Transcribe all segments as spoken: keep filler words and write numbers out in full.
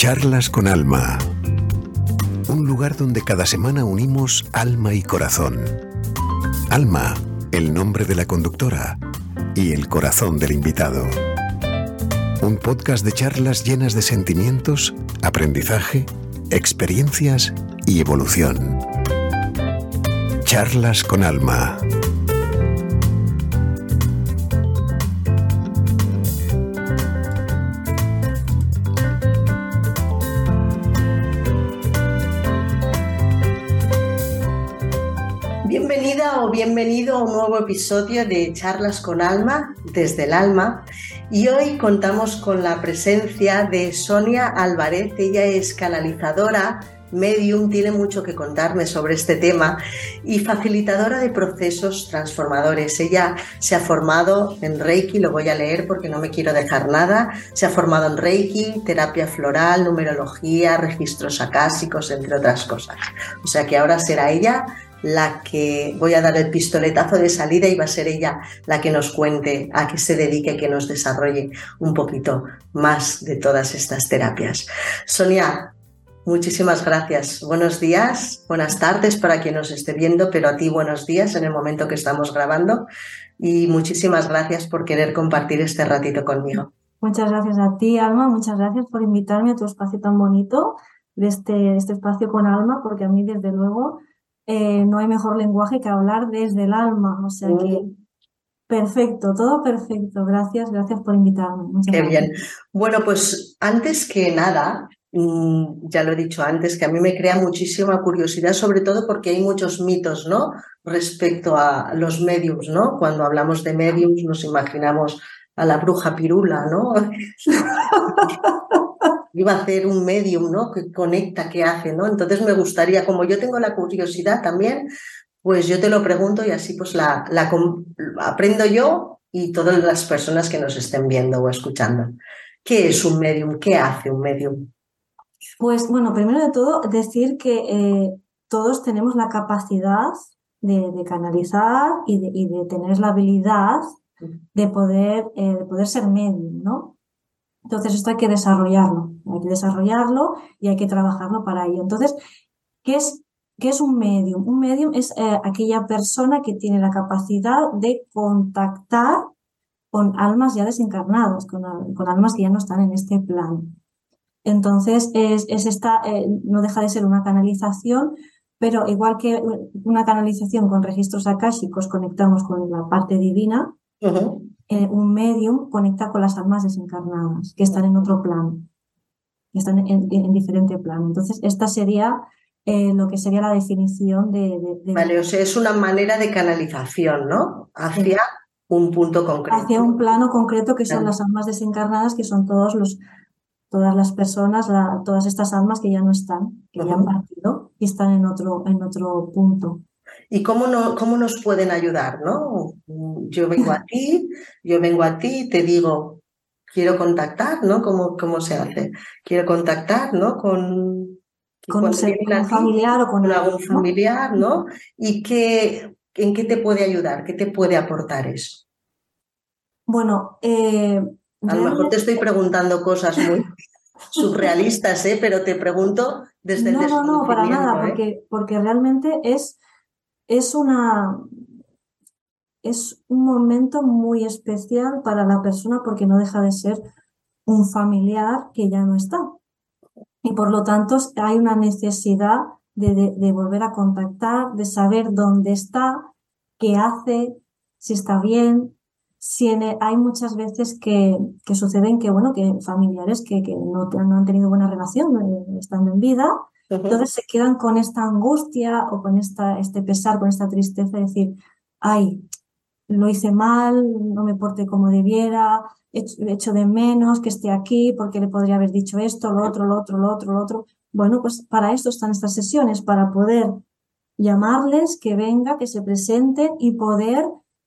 Charlas con Alma. Un lugar donde cada semana unimos alma y corazón. Alma, el nombre de la conductora, y el corazón del invitado. Un podcast de charlas llenas de sentimientos, aprendizaje, experiencias y evolución. Charlas con Alma. Bienvenida o bienvenido a un nuevo episodio de Charlas con Alma, desde el alma. Y hoy contamos con la presencia de Sonia Álvarez. Ella es canalizadora, medium, tiene mucho que contarme sobre este tema, y facilitadora de procesos transformadores. Ella se ha formado en Reiki, lo voy a leer porque no me quiero dejar nada. Se ha formado en Reiki, terapia floral, numerología, registros acásicos, entre otras cosas. O sea que ahora será ella la que voy a dar el pistoletazo de salida y va a ser ella la que nos cuente a qué se dedique, que nos desarrolle un poquito más de todas estas terapias. Sonia, muchísimas gracias. Buenos días, buenas tardes para quien nos esté viendo, pero a ti buenos días en el momento que estamos grabando, y muchísimas gracias por querer compartir este ratito conmigo. Muchas gracias a ti, Alma, muchas gracias por invitarme a tu espacio tan bonito, de este, este espacio con Alma, porque a mí desde luego Eh, no hay mejor lenguaje que hablar desde el alma, o sea mm. que perfecto, todo perfecto. Gracias, gracias por invitarme. Muchas Qué gracias. bien. Bueno, pues antes que nada, mmm, ya lo he dicho antes, que a mí me crea muchísima curiosidad, sobre todo porque hay muchos mitos, ¿no?, respecto a los mediums, ¿no? Cuando hablamos de mediums nos imaginamos a la bruja pirula, ¿no? Iba a hacer un medium, ¿no?, que conecta, que hace, ¿no? Entonces me gustaría, como yo tengo la curiosidad también, pues yo te lo pregunto y así pues la, la aprendo yo y todas las personas que nos estén viendo o escuchando. ¿Qué es un medium? ¿Qué hace un medium? Pues bueno, primero de todo decir que eh, todos tenemos la capacidad de, de canalizar y de, y de tener la habilidad de poder, eh, de poder ser medium, ¿no? Entonces esto hay que desarrollarlo, hay que desarrollarlo y hay que trabajarlo para ello. Entonces, ¿qué es, qué es un medium? Un medium es eh, aquella persona que tiene la capacidad de contactar con almas ya desencarnadas, con, con almas que ya no están en este plano. Entonces, es, es esta, eh, no deja de ser una canalización, pero igual que una canalización con registros akáshicos conectamos con la parte divina, uh-huh. Eh, un medium conecta con las almas desencarnadas que están en otro plano, que están en, en, en diferente plano. Entonces, esta sería eh, lo que sería la definición de, de, de... Vale, o sea, es una manera de canalización, ¿no? Hacia sí. un punto concreto. Hacia un plano concreto que son claro. Las almas desencarnadas, que son todos los, todas las personas, la, todas estas almas que ya no están, que uh-huh. ya han partido y están en otro, en otro punto. ¿Y cómo, no, cómo nos pueden ayudar, no? Yo vengo a ti, yo vengo a ti y te digo, quiero contactar, ¿no? ¿Cómo, cómo se hace? Quiero contactar, ¿no? Con, con un, ser, con un familiar o con, con algún familiar, ¿no? ¿Y qué, en qué te puede ayudar? ¿Qué te puede aportar eso? Bueno, eh, a lo mejor te estoy preguntando cosas muy surrealistas, ¿eh? Pero te pregunto desde el no, no, no, para nada, ¿eh? porque, porque realmente es Es una es un momento muy especial para la persona porque no deja de ser un familiar que ya no está. Y por lo tanto hay una necesidad de, de, de volver a contactar, de saber dónde está, qué hace, si está bien. Si en, hay muchas veces que, que suceden que, bueno, que familiares que, que no, no han tenido buena relación eh, estando en vida. Entonces se quedan con esta angustia o con esta, este pesar, con esta tristeza de decir, ay, lo hice mal, no me porté como debiera, echo de menos que esté aquí porque le podría haber dicho esto, lo otro, lo otro, lo otro, lo otro. Bueno, pues para esto están estas sesiones, para poder llamarles, que venga, que se presenten y poder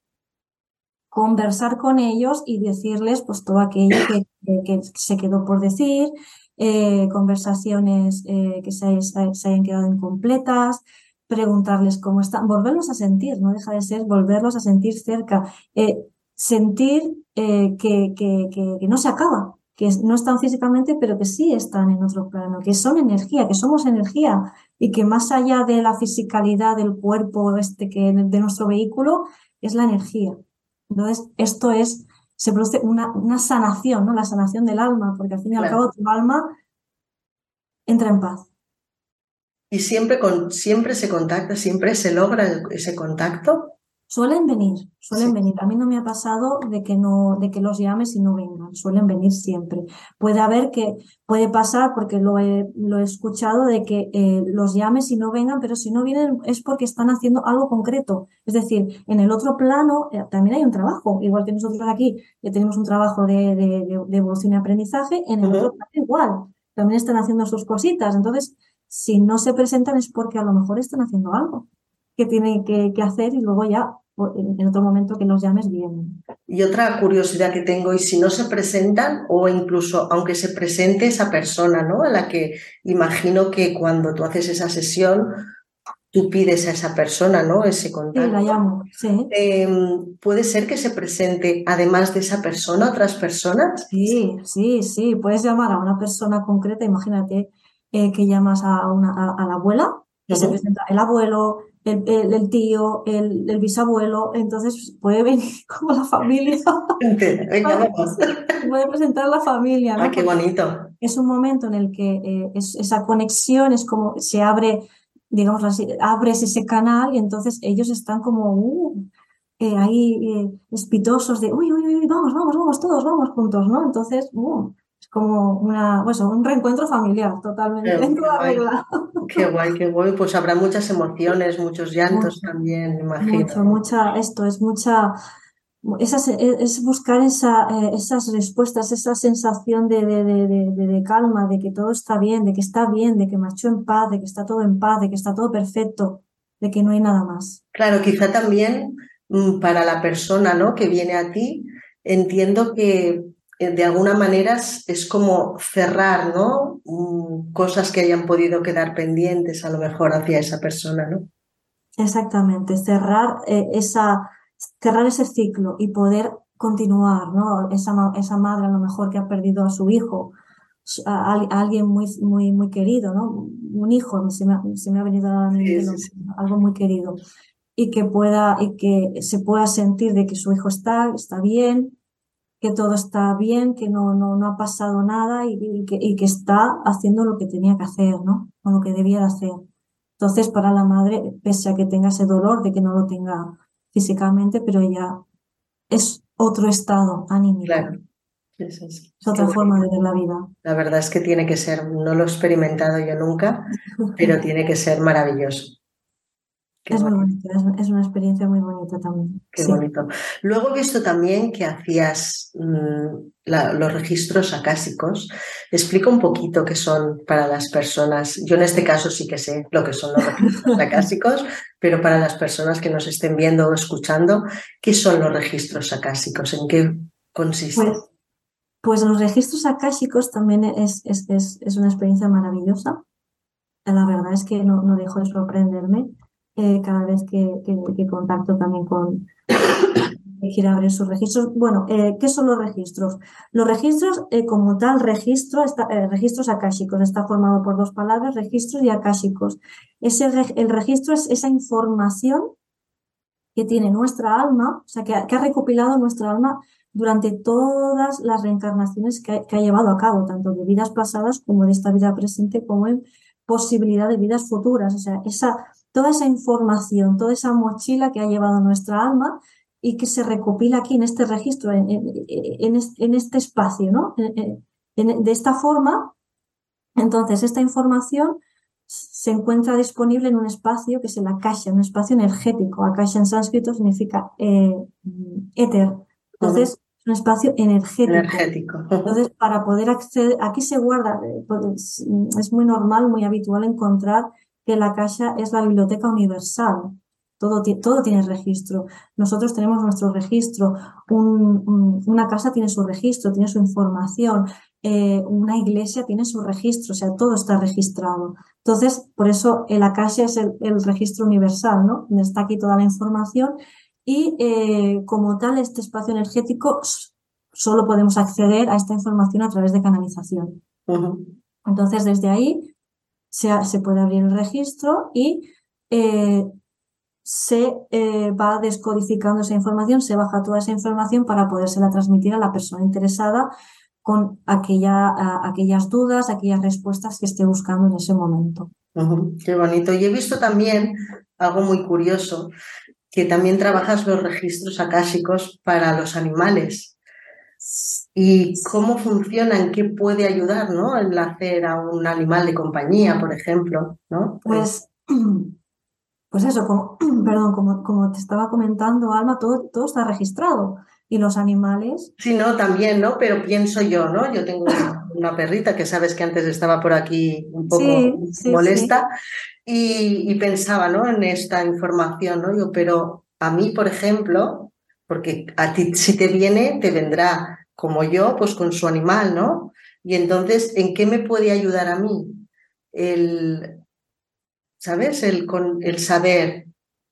conversar con ellos y decirles pues todo aquello que, que, que se quedó por decir, Eh, conversaciones eh, que se, se, se hayan quedado incompletas, preguntarles cómo están, volverlos a sentir, no deja de ser volverlos a sentir cerca, eh, sentir eh, que, que, que, que no se acaba, que no están físicamente, pero que sí están en otro plano, que son energía, que somos energía y que más allá de la fisicalidad del cuerpo este que de nuestro vehículo es la energía. Entonces, esto es, se produce una, una sanación, ¿no? La sanación del alma, porque al fin y al Claro. cabo tu alma entra en paz. Y siempre, con, siempre se contacta, siempre se logra el- ese contacto. Suelen venir, suelen Sí. venir. A mí no me ha pasado de que no, de que los llames y no vengan. Suelen venir siempre. Puede haber que, puede pasar, porque lo he, lo he escuchado, de que eh, los llames y no vengan, pero si no vienen es porque están haciendo algo concreto. Es decir, en el otro plano eh, también hay un trabajo, igual que nosotros aquí, que tenemos un trabajo de, de, de, de evolución y aprendizaje, en el Ujú. otro plano igual. También están haciendo sus cositas. Entonces, si no se presentan es porque a lo mejor están haciendo algo que tienen que, que hacer y luego ya en, en otro momento que los llames vienen. Y otra curiosidad que tengo, y si no se presentan, o incluso aunque se presente esa persona, ¿no? A la que imagino que cuando tú haces esa sesión, tú pides a esa persona, ¿no? Ese Sí, contacto. la llamo, sí. Eh, ¿puede ser que se presente, además de esa persona, otras personas? Sí, sí, sí. Puedes llamar a una persona concreta, imagínate eh, que llamas a, una, a, a la abuela y se Ujú. presenta el abuelo, el, el, el tío, el, el bisabuelo, entonces puede venir como la familia, Venga, vamos. se puede presentar la familia, Ah, ¿no? qué Porque bonito. es un momento en el que eh, es, esa conexión es como se abre, digamos así, abres ese canal y entonces ellos están como uh, eh, ahí eh, espitosos de uy, uy, uy, vamos, vamos, vamos, todos vamos juntos, ¿no? Entonces, uh, es como una, pues, un reencuentro familiar totalmente, Qué, en qué toda guay, regla. qué guay, qué guay. Pues habrá muchas emociones, muchos llantos Mucho, también, me imagino. mucho, mucha, esto es mucha. Esas- e- es buscar esa, eh, esas respuestas, esa sensación de, de, de, de- de- de calma, de que todo está bien, de que está bien, de que marchó en paz, de que está todo en paz, de que está todo perfecto, de que no hay nada más. Claro, quizá también mm, para la persona, ¿no? que viene a ti, entiendo que eh, de alguna manera es, es como cerrar, ¿no? Mm, cosas que hayan podido quedar pendientes a lo mejor hacia esa persona, ¿no? Exactamente, cerrar, eh, esa, cerrar ese ciclo y poder continuar, ¿no? Esa, ma- esa madre a lo mejor que ha perdido a su hijo, su- a, a alguien muy, muy, muy querido, ¿no? Un hijo, se me ha, se me ha venido a la Sí, mente sí, lo- sí. algo muy querido. Y que pueda, y que se pueda sentir de que su hijo está, está bien, que todo está bien, que no, no, no ha pasado nada y, y que, y que está haciendo lo que tenía que hacer, ¿no? O lo que debía de hacer. Entonces, para la madre, pese a que tenga ese dolor de que no lo tenga físicamente, pero ya es otro estado anímico, Claro. Sí, sí, sí. es Qué otra guay. forma de ver la vida. La verdad es que tiene que ser, no lo he experimentado yo nunca, pero tiene que ser maravilloso. Qué Es muy bonito. bonito, es, es una experiencia muy bonita también. Qué Sí. bonito. Luego he visto también que hacías mm, la- los registros acásicos. Explica un poquito qué son para las personas. Yo en este caso sí que sé lo que son los registros acásicos, pero para las personas que nos estén viendo o escuchando, ¿qué son los registros acásicos? ¿En qué consisten? Pues, pues los registros akáshicos también es, es, es, es una experiencia maravillosa. La verdad es que no, no dejo de sorprenderme eh, cada vez que, que- que contacto también con que quiere abrir sus registros. Bueno, eh, ¿qué son los registros? Los registros, eh, como tal, registro, está- eh, registros akáshicos, está formado por dos palabras, registros y akáshicos. Ese, reg- el registro es esa información que tiene nuestra alma, o sea, que ha, que ha recopilado nuestra alma durante todas las reencarnaciones que ha, que ha llevado a cabo, tanto de vidas pasadas como de esta vida presente, como en posibilidad de vidas futuras. O sea, esa, toda esa información, toda esa mochila que ha llevado nuestra alma y que se recopila aquí en este registro, en, en, en este, en este espacio, ¿no? En- en- de esta forma, entonces, esta información se encuentra disponible en un espacio que es el akasha, un espacio energético. Akasha en sánscrito significa eh, éter. Ujú. Entonces, es un espacio energético. Energético. Ujú. Entonces, para poder acceder, aquí se guarda, eh, pues, es muy normal, muy habitual encontrar que la akasha es la biblioteca universal. Todo, ti- todo tiene registro. Nosotros tenemos nuestro registro. Un- un- una casa tiene su registro, tiene su información. Eh, una iglesia tiene su registro, o sea, todo está registrado. Entonces, por eso el akasha es el, el registro universal, ¿no? Donde está aquí toda la información y eh, como tal este espacio energético solo podemos acceder a esta información a través de canalización. Uh-huh. Entonces, desde ahí se, se puede abrir el registro y eh, se eh, va descodificando esa información, se baja toda esa información para podérsela transmitir a la persona interesada con aquella, a, aquellas dudas, aquellas respuestas que esté buscando en ese momento. Uh-huh. Qué bonito. Y he visto también algo muy curioso, que también trabajas los registros akáshicos para los animales. ¿Y cómo funcionan? ¿Qué puede ayudar, ¿no? El hacer a un animal de compañía, por ejemplo, ¿no? Pues, pues eso, como, perdón, como, como te estaba comentando, Alma, todo, todo está registrado. Y los animales... Sí, no, también, ¿no? Pero pienso yo, ¿no? Yo tengo una perrita que sabes que antes estaba por aquí un poco sí, sí, molesta sí. Y, y pensaba, ¿no? En esta información, ¿no? Yo, pero a mí, por ejemplo, porque a ti si te viene, te vendrá como yo, pues con su animal, ¿no? Y entonces, ¿en qué me puede ayudar a mí? El, ¿sabes? El, con, el saber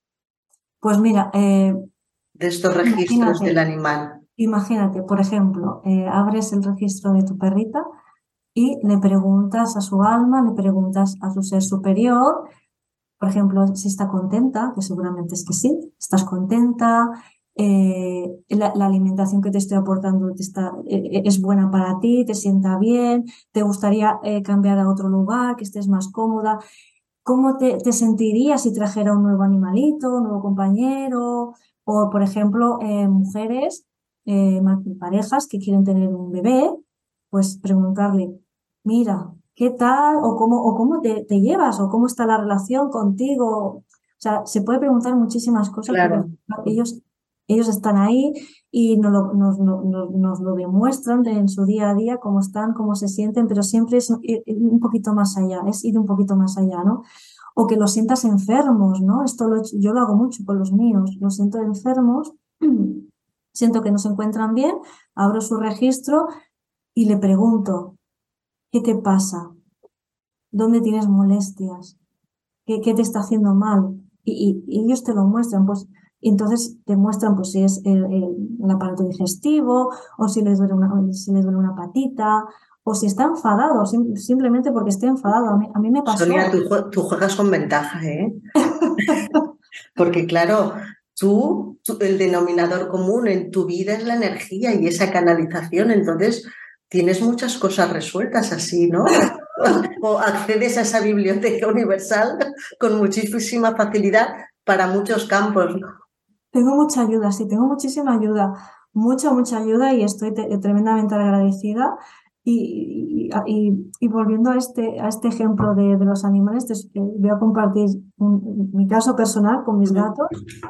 Pues mira, eh, de estos registros imagínate, del animal. Imagínate, por ejemplo, eh, abres el registro de tu perrita y le preguntas a su alma, le preguntas a su ser superior, por ejemplo, si está contenta, que seguramente es que sí, estás contenta, eh, la, la alimentación que te estoy aportando te está, eh, es buena para ti, te sienta bien, te gustaría eh, cambiar a otro lugar, que estés más cómoda. ¿Cómo te, te sentirías si trajera un nuevo animalito, un nuevo compañero? O, por ejemplo, eh, mujeres, eh, parejas que quieren tener un bebé, pues preguntarle, mira, ¿qué tal? O cómo, o cómo te, te llevas, o cómo está la relación contigo. O sea, se puede preguntar muchísimas cosas Claro. porque ellos, ellos están ahí y nos lo, nos, nos, nos lo demuestran en su día a día, cómo están, cómo se sienten, pero siempre es un poquito más allá, es ir un poquito más allá, ¿no? O que los sientas enfermos, ¿no? Esto lo, yo lo hago mucho con los míos, los siento enfermos, siento que no se encuentran bien, abro su registro y le pregunto, ¿qué te pasa? ¿Dónde tienes molestias? ¿Qué, qué te está haciendo mal? Y, y, y ellos te lo muestran, pues, y entonces te muestran pues si es el, el, el aparato digestivo, o si les duele una, si les duele una patita, o si está enfadado, sim, simplemente porque esté enfadado. A mí, a mí me pasó. Sonia, tú, tú juegas con ventaja, ¿eh? Porque claro, tú, tú, el denominador común en tu vida es la energía y esa canalización, entonces tienes muchas cosas resueltas así, ¿no? O accedes a esa biblioteca universal con muchísima facilidad para muchos campos, ¿no? Tengo mucha ayuda, sí, tengo muchísima ayuda, mucha, mucha ayuda y estoy te, tremendamente agradecida. Y, y, y, y volviendo a este, a este ejemplo de, de los animales, te, eh, voy a compartir un, mi caso personal con mis gatos,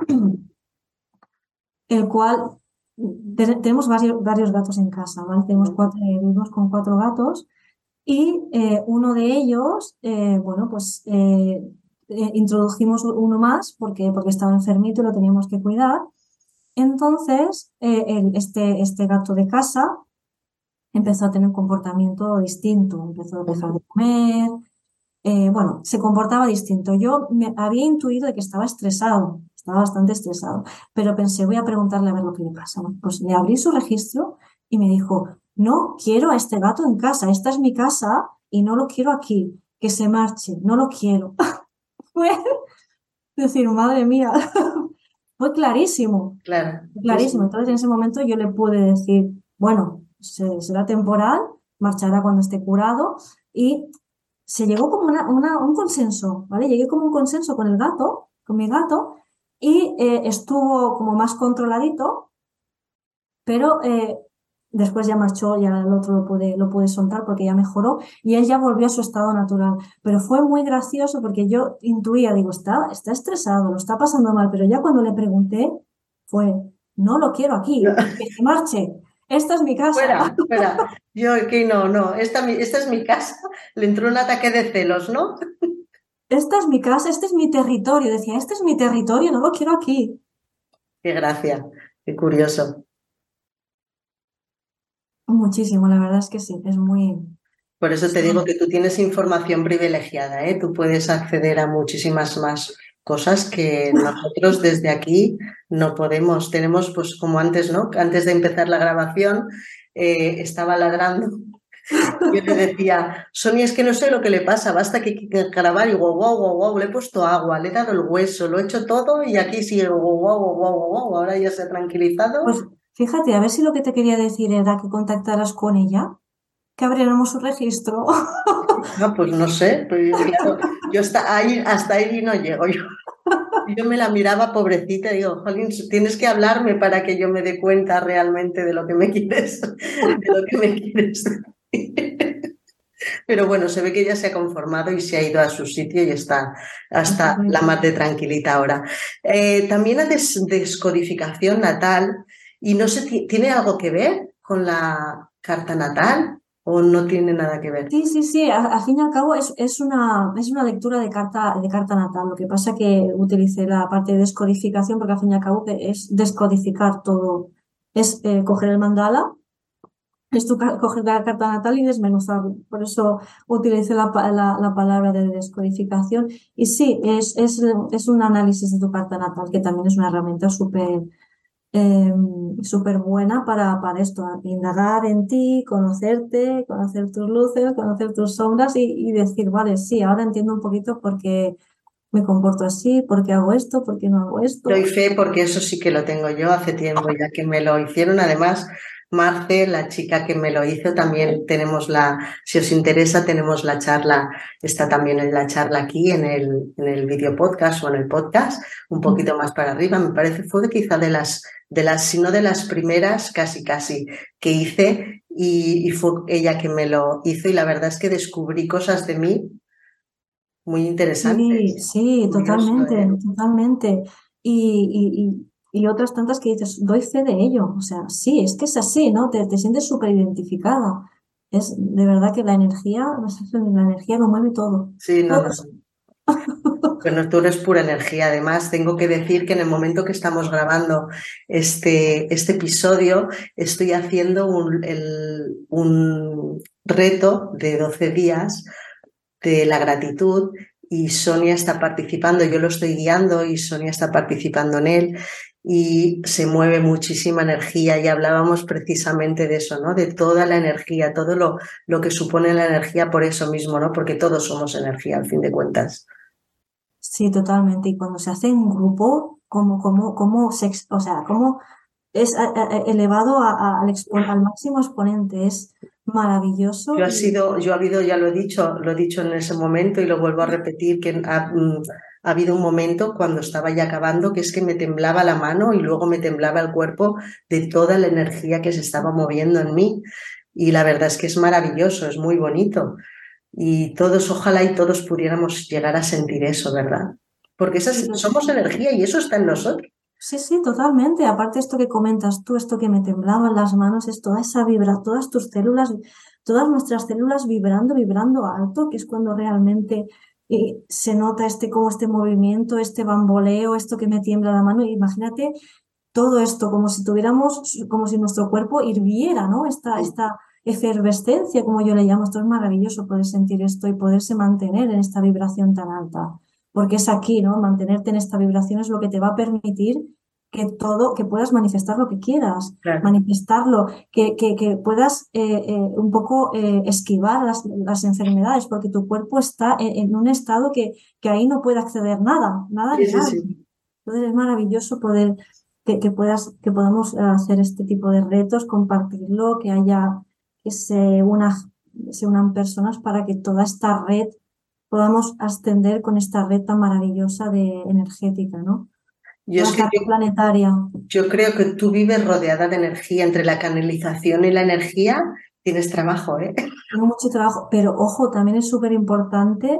el cual te, tenemos varios, varios gatos en casa, ¿vale? Tenemos cuatro, eh, vivimos con cuatro gatos y eh, uno de ellos, eh, bueno, pues eh, eh, introdujimos uno más porque, porque estaba enfermito y lo teníamos que cuidar. Entonces, eh, el, este, este gato de casa empezó a tener un comportamiento distinto, empezó a dejar de comer, eh, bueno, se comportaba distinto. Yo me había intuido de que estaba estresado, estaba bastante estresado, pero pensé, voy a preguntarle a ver lo que le pasa. Pues le abrí su registro y me dijo, no quiero a este gato en casa, esta es mi casa y no lo quiero aquí, que se marche, no lo quiero. Fue decir, madre mía, fue clarísimo. Claro. Clarísimo. Entonces, en ese momento yo le pude decir, bueno, será temporal, marchará cuando esté curado y se llegó como una, una, un consenso, ¿vale? Llegué como un consenso con el gato, con mi gato y eh, estuvo como más controladito, pero eh, después ya marchó, ya el otro lo pude, lo pude soltar porque ya mejoró y él ya volvió a su estado natural. Pero fue muy gracioso porque yo intuía, digo, está, está estresado, lo está pasando mal, pero ya cuando le pregunté fue, no lo quiero aquí, que se marche. Esta es mi casa. Fuera, fuera. Yo aquí no, no. Esta, esta es mi casa. Le entró un ataque de celos, ¿no? Esta es mi casa, este es mi territorio. Decía, este es mi territorio, no lo quiero aquí. Qué gracia, qué curioso. Muchísimo, la verdad es que sí, es muy... Por eso te digo que tú tienes información privilegiada, ¿eh? Tú puedes acceder a muchísimas más cosas que nosotros desde aquí no podemos. Tenemos, pues como antes, ¿no? Antes de empezar la grabación, eh, estaba ladrando. Yo le decía, Sonia, es que no sé lo que le pasa, basta que, que grabar y guau, guau, guau, guau, le he puesto agua, le he dado el hueso, lo he hecho todo y aquí sigue guau, guau, guau, guau, guau, ahora ya se ha tranquilizado. Pues fíjate, a ver si lo que te quería decir era que contactaras con ella, que abriéramos su registro. Ah, pues no sé, pues, claro, yo hasta ahí, hasta ahí no llego yo. Yo me la miraba pobrecita y digo, Jolín, tienes que hablarme para que yo me dé cuenta realmente de lo que me quieres, de lo que me quieres decir. Pero bueno, se ve que ella se ha conformado y se ha ido a su sitio y está hasta la más de tranquilita ahora. Eh, también haces descodificación natal y no sé, ¿tiene algo que ver con la carta natal o no tiene nada que ver? Sí, sí, sí, al fin y al cabo es, es una, es una lectura de carta, de carta natal. Lo que pasa es que utilicé la parte de descodificación porque al fin y al cabo es descodificar todo. Es eh, coger el mandala, es tu, coger la carta natal y desmenuzarlo. Por eso utilicé la, la, la palabra de descodificación. Y sí, es, es, es un análisis de tu carta natal, que también es una herramienta súper eh, súper buena para, para esto, indagar en ti, conocerte, conocer tus luces, conocer tus sombras y, y decir, vale, sí, ahora entiendo un poquito por qué me comporto así, por qué hago esto, por qué no hago esto. Doy fe porque eso sí que lo tengo yo hace tiempo ya que me lo hicieron. Además, Marce, la chica que me lo hizo, también tenemos la, si os interesa, tenemos la charla, está también en la charla aquí en el, en el video podcast o en el podcast, un poquito más para arriba. Me parece fue quizá de las, de las, si no de las primeras, casi casi, que hice y, y fue ella que me lo hizo y la verdad es que descubrí cosas de mí muy interesantes. Sí, sí, Curioso, totalmente, ¿eh? totalmente. Y, y, y, y otras tantas que dices, doy fe de ello. O sea, sí, es que es así, ¿no? Te, te sientes súper identificada. Es de verdad que la energía, la energía lo mueve todo. Sí, no, Todo. no. Bueno, tú eres pura energía. Además, tengo que decir que en el momento que estamos grabando este, este episodio, estoy haciendo un, el, un reto de doce días de la gratitud y Sonia está participando, yo lo estoy guiando y Sonia está participando en él y se mueve muchísima energía y hablábamos precisamente de eso, ¿no? De toda la energía, todo lo, lo que supone la energía por eso mismo, ¿no? Porque todos somos energía al fin de cuentas. Sí, totalmente. Y cuando se hace en grupo, como, como, como se, o sea, como es a, a, elevado a, a, al, expo, al máximo exponente, es maravilloso. Yo ha Y... sido, yo ha habido, ya lo he dicho, lo he dicho en ese momento y lo vuelvo a repetir, que ha, ha habido un momento cuando estaba ya acabando que es que me temblaba la mano y luego me temblaba el cuerpo de toda la energía que se estaba moviendo en mí. Y la verdad es que es maravilloso, es muy bonito. Y todos, ojalá y todos pudiéramos llegar a sentir eso, ¿verdad? Porque esas, somos energía y eso está en nosotros. Sí, sí, totalmente. Aparte esto que comentas tú, esto que me temblaban las manos, es toda esa vibra, todas tus células, todas nuestras células vibrando, vibrando alto, que es cuando realmente eh, se nota este, como este movimiento, este bamboleo, esto que me tiembla la mano. Imagínate todo esto, como si tuviéramos, como si nuestro cuerpo hirviera, ¿no? Esta, esta efervescencia, como yo le llamo. Esto es maravilloso, poder sentir esto y poderse mantener en esta vibración tan alta. Porque es aquí, ¿no? Mantenerte en esta vibración es lo que te va a permitir que todo, que puedas manifestar lo que quieras, Claro. manifestarlo, que, que, que puedas eh, eh, un poco eh, esquivar las, las enfermedades, porque tu cuerpo está en, en un estado que, que ahí no puede acceder nada, nada Sí, ni sí, nada. sí. Entonces es maravilloso poder que, que puedas, que podamos hacer este tipo de retos, compartirlo, que haya, que se una, se unan personas para que toda esta red podamos ascender con esta red tan maravillosa de energética, ¿no? Yo, es que yo, planetaria. yo creo que tú vives rodeada de energía, entre la canalización y la energía tienes trabajo, ¿eh? Tengo mucho trabajo, pero ojo, también es súper importante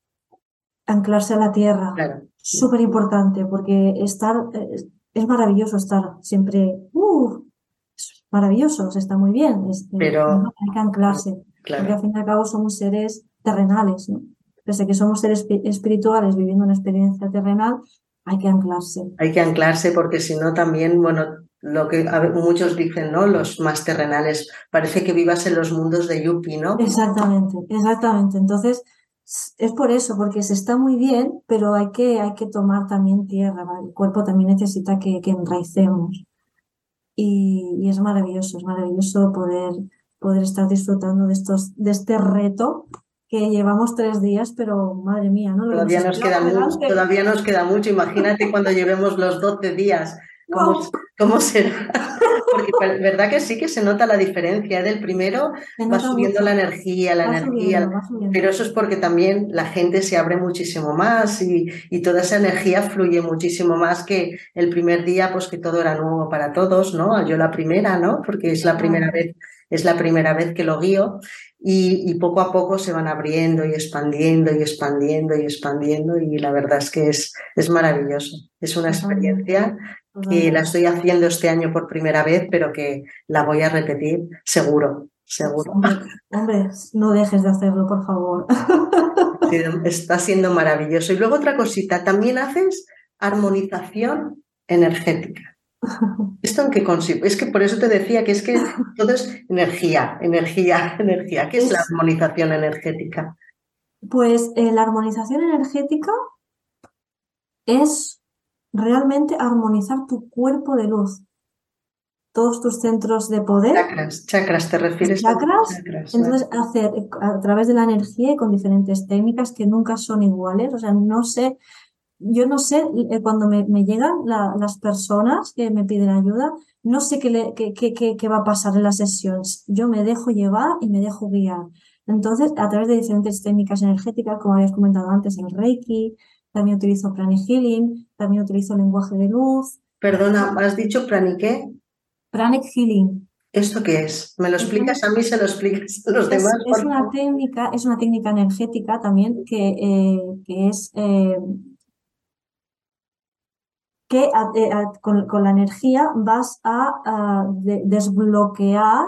anclarse a la tierra. Claro. Súper importante, porque estar, es, es maravilloso estar siempre, uh, es maravilloso, se está muy bien, es, Pero no, hay que anclarse, claro. porque al fin y al cabo somos seres terrenales, ¿no? Pese a que somos seres espirituales viviendo una experiencia terrenal, hay que anclarse. Hay que anclarse porque si no también, bueno, lo que muchos dicen, ¿no? Los más terrenales, parece que vivas en los mundos de Yuppie, ¿no? Exactamente, exactamente. Entonces, Es por eso, porque se está muy bien, pero hay que, hay que tomar también tierra, ¿vale? El cuerpo también necesita que, que enraicemos. Y, y es maravilloso, es maravilloso poder, poder estar disfrutando de estos, de este reto que llevamos tres días, pero madre mía, ¿no? Lo que nos Todavía nos espera queda por mucho, delante. todavía nos queda mucho. Imagínate cuando llevemos los doce días, ¿cómo, ¡Wow! cómo será? Porque verdad que sí que se nota la diferencia. Del primero Se va nota subiendo la mucho, energía, la va subiendo, energía, va pero subiendo. eso es porque también la gente se abre muchísimo más y, y toda esa energía fluye muchísimo más que el primer día, pues que todo era nuevo para todos, ¿no? Yo la primera, ¿no? Porque es la primera Claro, vez, es la primera vez que lo guío. Y, y poco a poco se van abriendo y expandiendo y expandiendo y expandiendo y la verdad es que es, es maravilloso. Es una totalmente, experiencia que la totalmente. estoy haciendo este año por primera vez, pero que la voy a repetir seguro, Pues, seguro. hombre, hombre, no dejes de hacerlo, por favor. Sí, está siendo maravilloso. Y luego otra cosita, también haces armonización energética. ¿Esto en qué consiste? Es que por eso te decía que es que todo es energía, energía, energía. ¿Qué es la Es, armonización energética? pues eh, la armonización energética es realmente armonizar tu cuerpo de luz, todos tus centros de poder, Chakras, chakras, ¿te tus refieres a los chakras. chakras? ¿Vale? Entonces, hacer eh, a través de la energía y con diferentes técnicas que nunca son iguales. O sea, no sé, yo no sé, eh, cuando me, me llegan la- las personas que me piden ayuda, no sé qué, le- qué, qué, qué- qué va a pasar en las sesiones. Yo me dejo llevar y me dejo guiar. Entonces, a través de diferentes técnicas energéticas, como habías comentado antes, el Reiki, también utilizo Pranic Healing, también utilizo lenguaje de luz. Perdona, ¿has dicho praniqué? Pranic Healing ¿Esto qué es? ¿Me lo es explicas un- a mí? ¿Se lo explicas a los demás, es, es por una favor? técnica, es una técnica energética también que, eh, que es eh, que a- eh, a- con, con la energía vas a, a de- desbloquear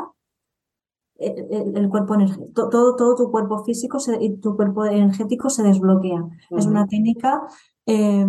el, el- el cuerpo energético. To- Todo, todo tu cuerpo físico se- y tu cuerpo energético se desbloquea. Es Ujú. una técnica eh,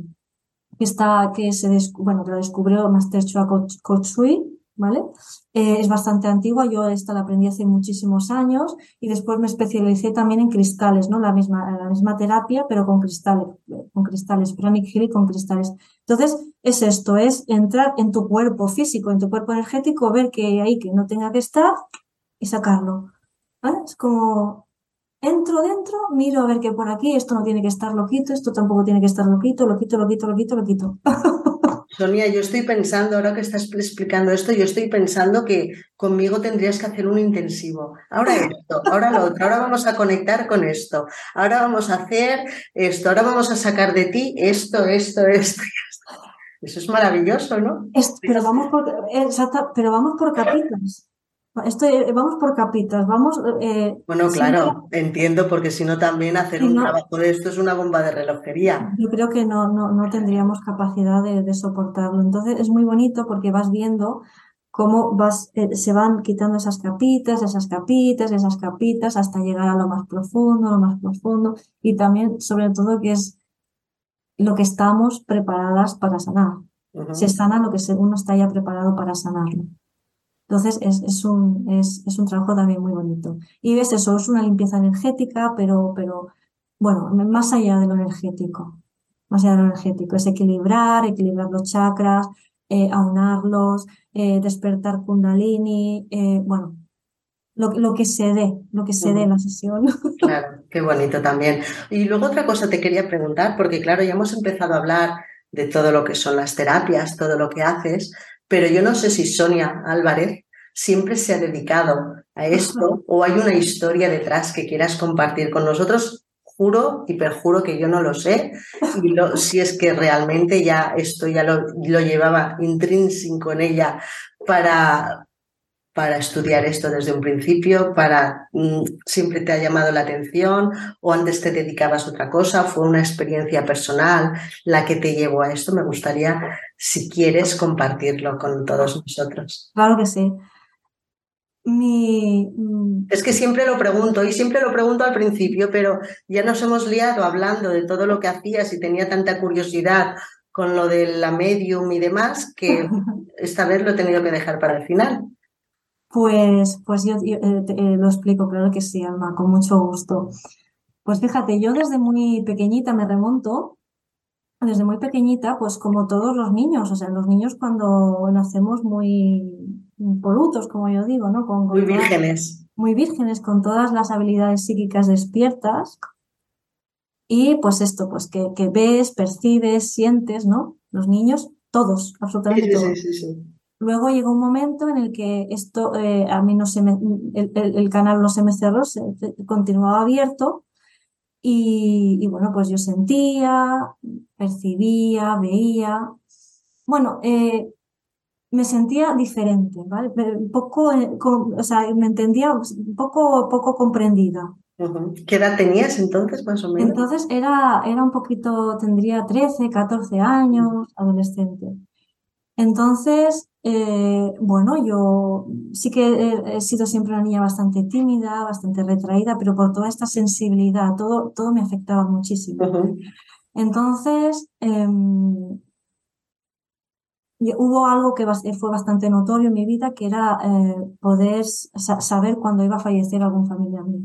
que está, que se des- bueno, que lo descubrió Master Choa Koch- Kotsui, ¿vale? Eh, es bastante antigua, yo esta la aprendí hace muchísimos años y después me especialicé también en cristales, ¿no? La misma, la misma terapia, pero con cristales, con cristales, Pranic Healing con cristales. Entonces, es esto, es entrar en tu cuerpo físico, en tu cuerpo energético, ver que hay ahí que no tenga que estar y sacarlo, ¿vale? Es como entro dentro, miro a ver que por aquí esto no tiene que estar loquito, esto tampoco tiene que estar loquito, loquito, loquito, loquito, loquito. Sonia, yo estoy pensando, ahora que estás explicando esto, yo estoy pensando que conmigo tendrías que hacer un intensivo. Ahora esto, ahora lo otro, ahora vamos a conectar con esto, ahora vamos a hacer esto, ahora vamos a sacar de ti esto, esto, esto. Eso es maravilloso, ¿no? Es- pero vamos por, exacta, pero vamos por capitas. Esto, eh, vamos por capitas, vamos eh, Bueno, siempre, claro, entiendo, porque si no también hacer si un no, trabajo de esto es una bomba de relojería. yo creo que no, no, no tendríamos capacidad de, de soportarlo. Entonces es muy bonito porque vas viendo cómo vas, eh, se van quitando esas capitas, esas capitas, esas capitas, hasta llegar a lo más profundo, lo más profundo, y también, sobre todo, que es lo que estamos preparadas para sanar. Se Ujú. sana lo que se- uno está ya preparado para sanarlo. Entonces es, es un, es, es un trabajo también muy bonito. Y ves eso, es una limpieza energética, pero, pero bueno, más allá de lo energético, más allá de lo energético, es equilibrar, equilibrar los chakras, eh, aunarlos, eh, despertar Kundalini, eh, bueno, lo, lo que se dé, lo que se dé en Ujú. la sesión. Claro, qué bonito también. Y luego otra cosa te quería preguntar, porque claro, ya hemos empezado a hablar de todo lo que son las terapias, todo lo que haces, pero yo no sé si Sonia Álvarez siempre se ha dedicado a esto o hay una historia detrás que quieras compartir con nosotros. Juro y perjuro que yo no lo sé y lo- si es que realmente ya esto ya lo, lo llevaba intrínseco en ella para, para estudiar esto desde un principio, para mm, siempre te ha llamado la atención o antes te dedicabas a otra cosa, fue una experiencia personal la que te llevó a esto. Me gustaría, si quieres, compartirlo con todos nosotros. Claro que sí. Mi, mm, Es que siempre lo pregunto y siempre lo pregunto al principio, pero ya nos hemos liado hablando de todo lo que hacías y tenía tanta curiosidad con lo de la medium y demás que esta vez lo he tenido que dejar para el final. pues, pues yo, yo, eh, te- eh, lo explico, claro que sí, Alma, con mucho gusto. Pues fíjate, yo desde muy pequeñita me remonto, desde muy pequeñita, pues como todos los niños, o sea, los niños cuando nacemos muy impolutos, como yo digo, ¿no? Con, Muy con todas, vírgenes. muy vírgenes, con todas las habilidades psíquicas despiertas. Y pues esto, pues que, que ves, percibes, sientes, ¿no? Los niños, todos, Sí, absolutamente sí, sí, todos. sí, sí. Luego llegó un momento en el que esto, eh, a mí no se me, el, el- el canal no se me cerró, se, se- continuaba abierto y, y bueno, pues yo sentía, percibía, veía. Bueno, eh, me sentía diferente, ¿vale? Pero un poco, eh, con- o sea, me entendía un poco, poco comprendida. Ujú. ¿Qué edad tenías entonces, más o menos? Entonces era, era un poquito, tendría trece catorce años, adolescente. Entonces, eh, bueno, yo sí que he, he sido siempre una niña bastante tímida, bastante retraída, pero por toda esta sensibilidad, todo, todo me afectaba muchísimo. Ujú. Entonces, em, y hubo algo que bas- fue bastante notorio en mi vida, que era eh, poder sa- saber cuándo iba a fallecer algún familiar mío.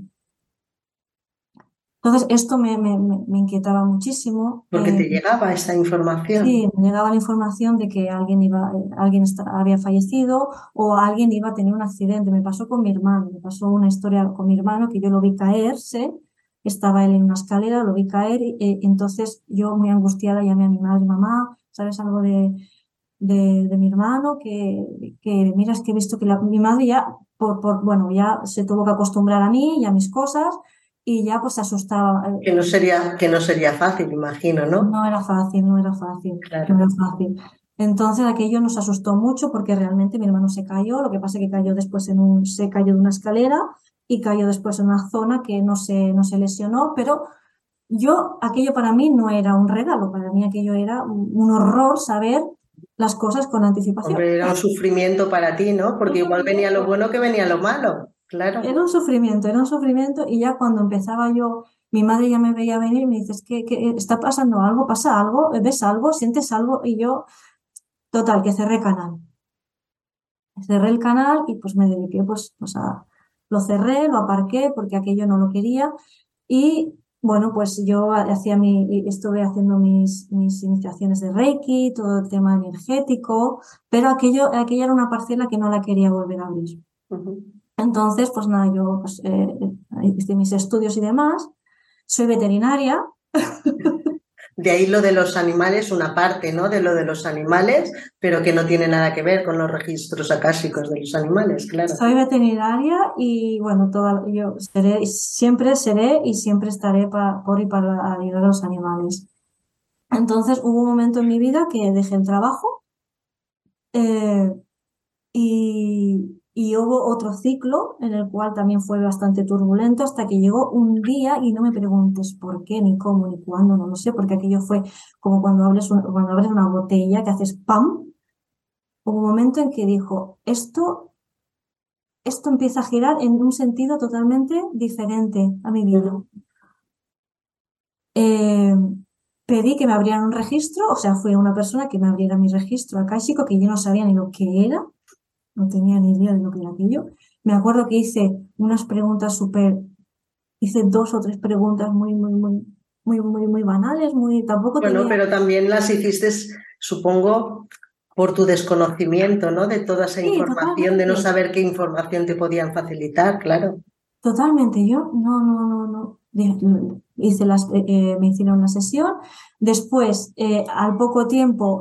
Entonces, esto me, me- me- me inquietaba muchísimo. Porque eh, te llegaba esa información. Sí, me llegaba la información de que alguien iba, eh, alguien esta- había fallecido o alguien iba a tener un accidente. Me pasó con mi hermano, me pasó una historia con mi hermano que yo lo vi caerse, estaba él en una escalera, lo vi caer y eh, entonces yo muy angustiada llamé a mi madre, mamá, ¿sabes algo de, de, de mi hermano? Que, que mira, es que he visto que la- mi madre ya, por, por, bueno, ya se tuvo que acostumbrar a mí y a mis cosas y ya pues se asustaba. Que no sería, que no sería fácil, imagino, ¿no? No era fácil, no era fácil, no Claro. era fácil. Entonces aquello nos asustó mucho porque realmente mi hermano se cayó, lo que pasa es que cayó después en un, se cayó de una escalera y cayó después en una zona que no se, no se lesionó, pero yo, aquello para mí no era un regalo, para mí aquello era un, un horror saber las cosas con anticipación. Hombre, era un sufrimiento para ti, ¿no? Un Porque igual venía lo sufrimiento. bueno que venía lo malo. Claro. Era un sufrimiento, era un sufrimiento y ya cuando empezaba yo, mi madre ya me veía venir y me dice, ¿qué, qué está pasando algo? ¿Pasa algo? ¿Ves algo? ¿Sientes algo? Y yo, total, que cerré canal. Cerré el canal y pues me dediqué, pues, pues a, lo cerré, lo aparqué porque aquello no lo quería y bueno, pues yo hacía mi, estuve haciendo mis, mis iniciaciones de Reiki, todo el tema energético, pero aquello, aquella era una parcela que no la quería volver a abrir. Ujú. Entonces, pues nada, yo pues, eh, hice mis estudios y demás. Soy veterinaria. De ahí lo de los animales, una parte, ¿no? De lo de los animales, pero que no tiene nada que ver con los registros acásicos de los animales, claro. Soy veterinaria y bueno, toda, yo seré, siempre seré y siempre estaré pa- por y para ayudar a los animales. Entonces hubo un momento en mi vida que dejé el trabajo eh, y, y hubo otro ciclo en el cual también fue bastante turbulento hasta que llegó un día y no me preguntes por qué, ni cómo, ni cuándo, no lo sé, porque aquello fue como cuando abres, un- cuando abres una botella que haces ¡pam! Hubo un momento en que dijo, esto, esto empieza a girar en un sentido totalmente diferente a mi vida. Ujú. Eh, Pedí que me abrieran un registro, o sea, fui a una persona que me abriera mi registro akáshico, que yo no sabía ni lo que era, no tenía ni idea de lo que era aquello. Me acuerdo que hice unas preguntas súper, hice dos o tres preguntas muy, muy, muy, muy, muy, muy banales, muy, tampoco Bueno, tenía, pero también las hiciste, supongo, por tu desconocimiento, ¿no? De toda esa sí, información, de no totalmente. saber qué información te podían facilitar, claro. Totalmente, yo no, no, no, no. Di- Hice las, eh, eh, me hicieron una sesión. Después, eh, al poco tiempo,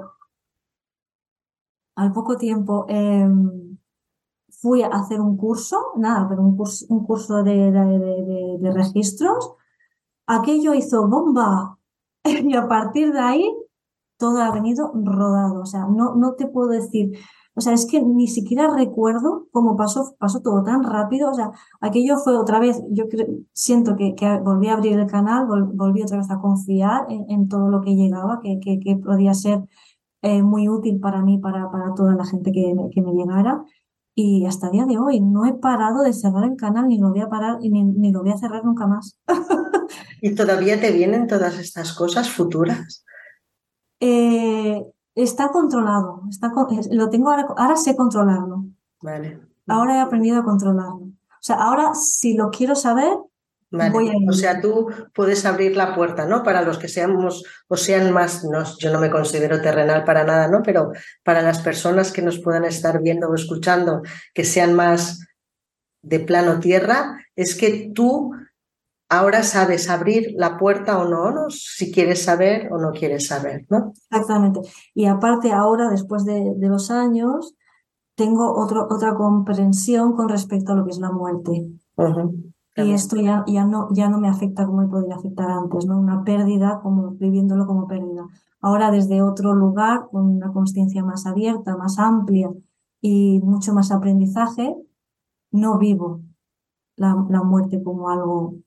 al poco tiempo, em, fui a hacer un curso, nada, pero un curso, un curso de, de, de- de- de registros. Aquello hizo bomba. Y a partir de ahí, todo ha venido rodado. O sea, no, no te puedo decir. O sea, es que ni siquiera recuerdo cómo pasó, pasó todo tan rápido. O sea, aquello fue otra vez, yo creo, siento que, que volví a abrir el canal, vol- volví otra vez a confiar en, en todo lo que llegaba, que, que, que podía ser eh, muy útil para mí, para, para toda la gente que, me- que me llegara. Y hasta el día de hoy no he parado de cerrar el canal, ni lo voy a parar, ni, ni lo voy a cerrar nunca más. ¿Y todavía te vienen todas estas cosas futuras? Eh, Está controlado, está, con- es- lo tengo ahora, ahora sé controlarlo. Vale. Ahora he aprendido a controlarlo. O sea, ahora si lo quiero saber, Vale. voy a O ello. sea, tú puedes abrir la puerta, ¿no? Para los que seamos o sean más, no, yo no me considero terrenal para nada, ¿no? Pero para las personas que nos puedan estar viendo o escuchando, que sean más de plano tierra, es que tú ahora sabes abrir la puerta o no, ¿no? Si quieres saber o no quieres saber, ¿no? Exactamente. Y aparte ahora, después de, de los años, tengo otro, otra comprensión con respecto a lo que es la muerte. Uh-huh. Y esto ya, ya, no, ya no me afecta como me podría afectar antes, ¿no? Una pérdida, como viviéndolo como pérdida. Ahora desde otro lugar, con una conciencia más abierta, más amplia y mucho más aprendizaje, no vivo la, la muerte como algo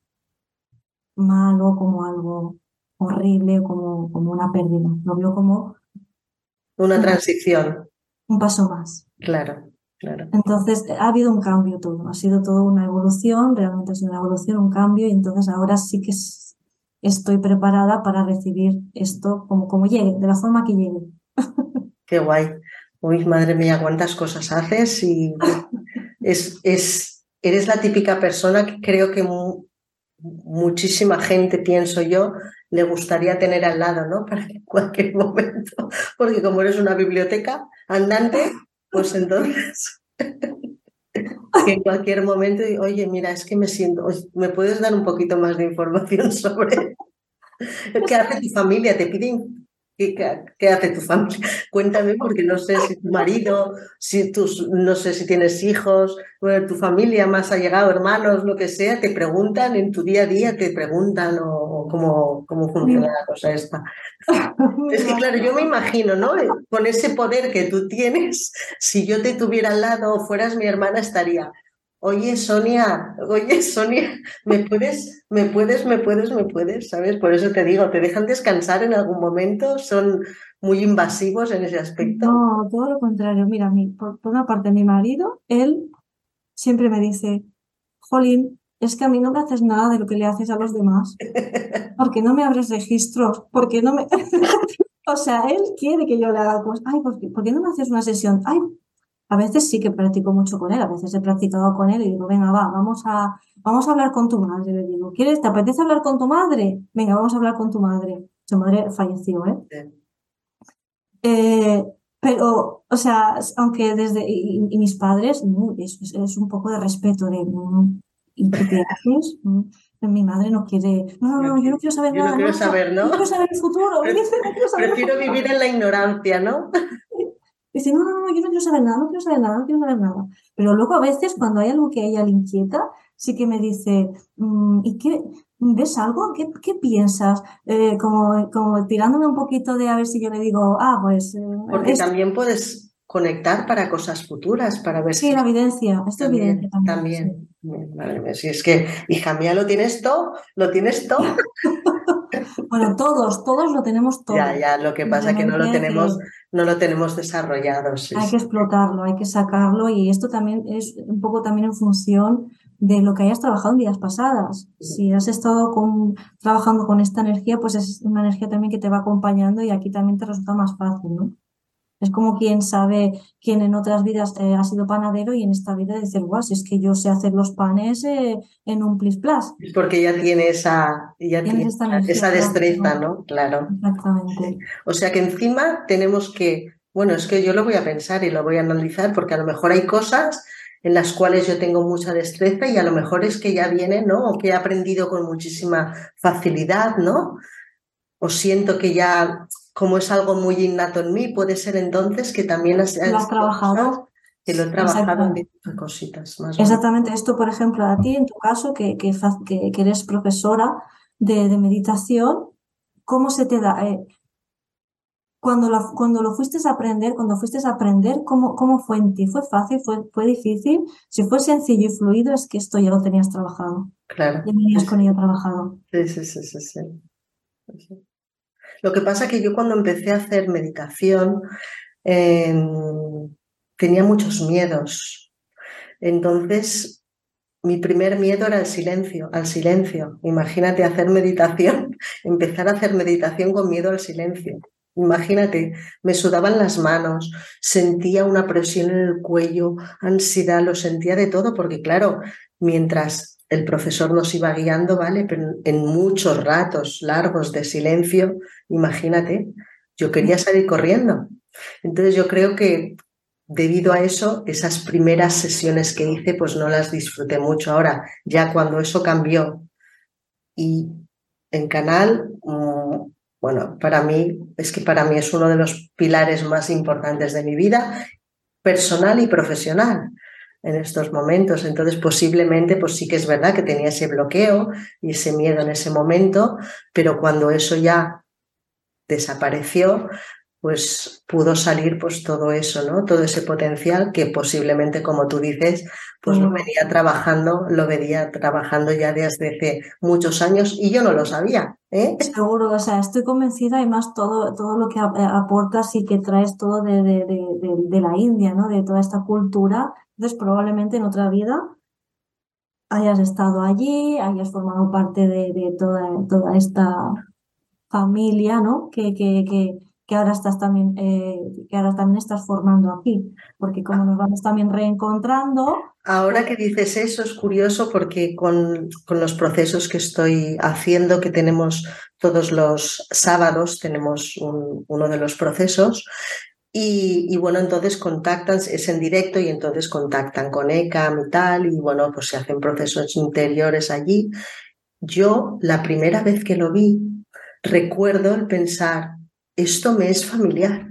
malo, como algo horrible, como, como una pérdida. Lo veo como Una un, transición. un paso más. Claro, claro. Entonces ha habido un cambio todo, ha sido toda una evolución, realmente ha sido una evolución, un cambio, y entonces ahora sí que es- estoy preparada para recibir esto como, como llegue, de la forma que llegue. Qué guay. Uy, madre mía, cuántas cosas haces y es, es, eres la típica persona que creo que mu- muchísima gente, pienso yo, le gustaría tener al lado, ¿no? Para que en cualquier momento, porque como eres una biblioteca andante, pues entonces que en cualquier momento, oye, mira, es que me siento, oye, ¿me puedes dar un poquito más de información sobre qué hace tu familia? ¿Te piden qué, qué- qué hace tu familia? Cuéntame, porque no sé si tu marido, si tus, no sé si tienes hijos, bueno, tu familia más allegado, hermanos, lo que sea, te preguntan en tu día a día, te preguntan o, o cómo, cómo funciona la cosa esta. Es que claro, yo me imagino, ¿no? Con ese poder que tú tienes, si yo te tuviera al lado o fueras mi hermana, estaría, oye, Sonia, oye, Sonia, ¿me puedes, me puedes, me puedes, me puedes? ¿Sabes? Por eso te digo, ¿te dejan descansar en algún momento? ¿Son muy invasivos en ese aspecto? No, todo lo contrario. Mira, mi, por, por una parte, mi marido, él siempre me dice, Jolín, es que a mí no me haces nada de lo que le haces a los demás. ¿Por qué no me abres registros? ¿Por qué no me...? O sea, él quiere que yo le haga cosas. Ay, ¿por qué, por qué no me haces una sesión? Ay, a veces sí que practico mucho con él, a veces he practicado con él y digo, venga, va, vamos a, vamos a hablar con tu madre. Le digo, ¿quieres, te apetece hablar con tu madre? Venga, vamos a hablar con tu madre. Su madre falleció, ¿eh? Sí. Eh, pero, o sea, aunque desde, y, y mis padres, no, es, es- es un poco de respeto de, mm, ¿y tú qué haces? Mm, Mi madre no quiere, no, no, no, yo no quiero saber Yo no nada, no, quiero no, no, saber, yo ¿no? quiero saber el futuro, me Pre- dice, no quiero saber el Prefiero futuro. vivir en la ignorancia, ¿no? Dice, no, no, no, yo no quiero saber nada, no quiero saber nada, no quiero saber nada. Pero luego a veces cuando hay algo que a ella le inquieta, sí que me dice, "Mm, ¿y qué? ¿Ves algo? ¿Qué, qué piensas? Eh, como, como tirándome un poquito de a ver si yo le digo, ah, pues eh, Porque esto. también puedes conectar para cosas futuras, para ver Sí, si la evidencia, esto es evidencia también, también, sí. también. Madre mía, si es que, hija mía, lo tienes todo, lo tienes todo. Bueno, todos, todos lo tenemos Ya, todo. ya, lo que pasa es que no lo Simplemente tenemos, que no lo tenemos desarrollado, sí, hay sí. que explotarlo, hay que sacarlo y esto también es un poco también en función de lo que hayas trabajado en vidas pasadas. Si has estado con, trabajando con esta energía, pues es una energía también que te va acompañando y aquí también te resulta más fácil, ¿no? Es como quien sabe, quien en otras vidas eh, ha sido panadero y en esta vida dice, guau, si es que yo sé hacer los panes eh, en un plis plas. Es porque ya tiene esa, ya Tienes tiene esta energía, esa claro, destreza, ¿no? ¿no? Claro. Sí. Exactamente. O sea que encima tenemos que, bueno, es que yo lo voy a pensar y lo voy a analizar porque a lo mejor hay cosas en las cuales yo tengo mucha destreza y a lo mejor es que ya viene, ¿no? O que he aprendido con muchísima facilidad, ¿no? O siento que ya, como es algo muy innato en mí, puede ser entonces que también has- Lo han has sido cosas trabajado. que lo he trabajado en Exactamente. distintas cositas, más o menos. Exactamente, esto, por ejemplo, a ti, en tu caso, que, que, fa- que- que eres profesora de, de meditación, ¿cómo se te da? Eh, cuando, la- cuando lo fuiste a aprender, cuando fuiste a aprender, ¿cómo, cómo fue en ti? ¿Fue fácil? ¿Fue, fue difícil? Si fue sencillo y fluido, es que esto ya lo tenías trabajado, Claro. ya venías con ello trabajado. Sí, sí, sí, sí, sí. Sí. Lo que pasa es que yo cuando empecé a hacer meditación eh, tenía muchos miedos. Entonces, mi primer miedo era el silencio, al silencio. Imagínate hacer meditación, empezar a hacer meditación con miedo al silencio. Imagínate, me sudaban las manos, sentía una presión en el cuello, ansiedad, lo sentía de todo, porque claro, mientras el profesor nos iba guiando, ¿vale? Pero en muchos ratos largos de silencio, imagínate, yo quería salir corriendo. Entonces yo creo que debido a eso, esas primeras sesiones que hice, pues no las disfruté mucho. Ahora, ya cuando eso cambió y en Canal, mmm, bueno, para mí, es que para mí es uno de los pilares más importantes de mi vida, personal y profesional en estos momentos. Entonces, posiblemente, pues sí que es verdad que tenía ese bloqueo y ese miedo en ese momento, pero cuando eso ya desapareció, pues pudo salir pues todo eso, ¿no? Todo ese potencial que posiblemente, como tú dices, pues lo venía trabajando, lo venía trabajando ya desde hace muchos años y yo no lo sabía, ¿eh? Seguro, o sea, estoy convencida y más todo, todo lo que aportas y que traes todo de, de, de, de, de la India, ¿no? De toda esta cultura. Entonces, probablemente en otra vida hayas estado allí, hayas formado parte de, de toda, toda esta familia, ¿no? Que, que, que, que ahora estás también, eh, que ahora también estás formando aquí, porque como nos vamos también reencontrando. Ahora que dices eso es curioso porque con, con los procesos que estoy haciendo, que tenemos todos los sábados, tenemos un, uno de los procesos. Y, y bueno, entonces contactan, es en directo y entonces contactan con E C A M y tal, y bueno, pues se hacen procesos interiores allí. Yo, la primera vez que lo vi, recuerdo el pensar, esto me es familiar.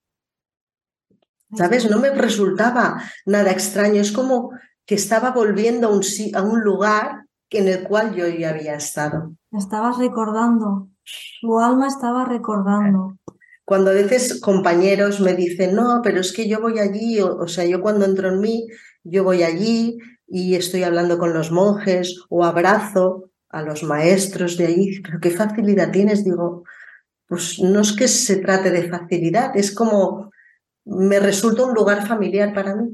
¿Sabes? No me resultaba nada extraño, es como que estaba volviendo a un, a un lugar en el cual yo ya había estado. Estabas recordando, tu alma estaba recordando. Cuando a veces compañeros me dicen, no, pero es que yo voy allí, o, o sea, yo cuando entro en mí, yo voy allí y estoy hablando con los monjes o abrazo a los maestros de allí, pero qué facilidad tienes, digo, pues no es que se trate de facilidad, es como me resulta un lugar familiar para mí.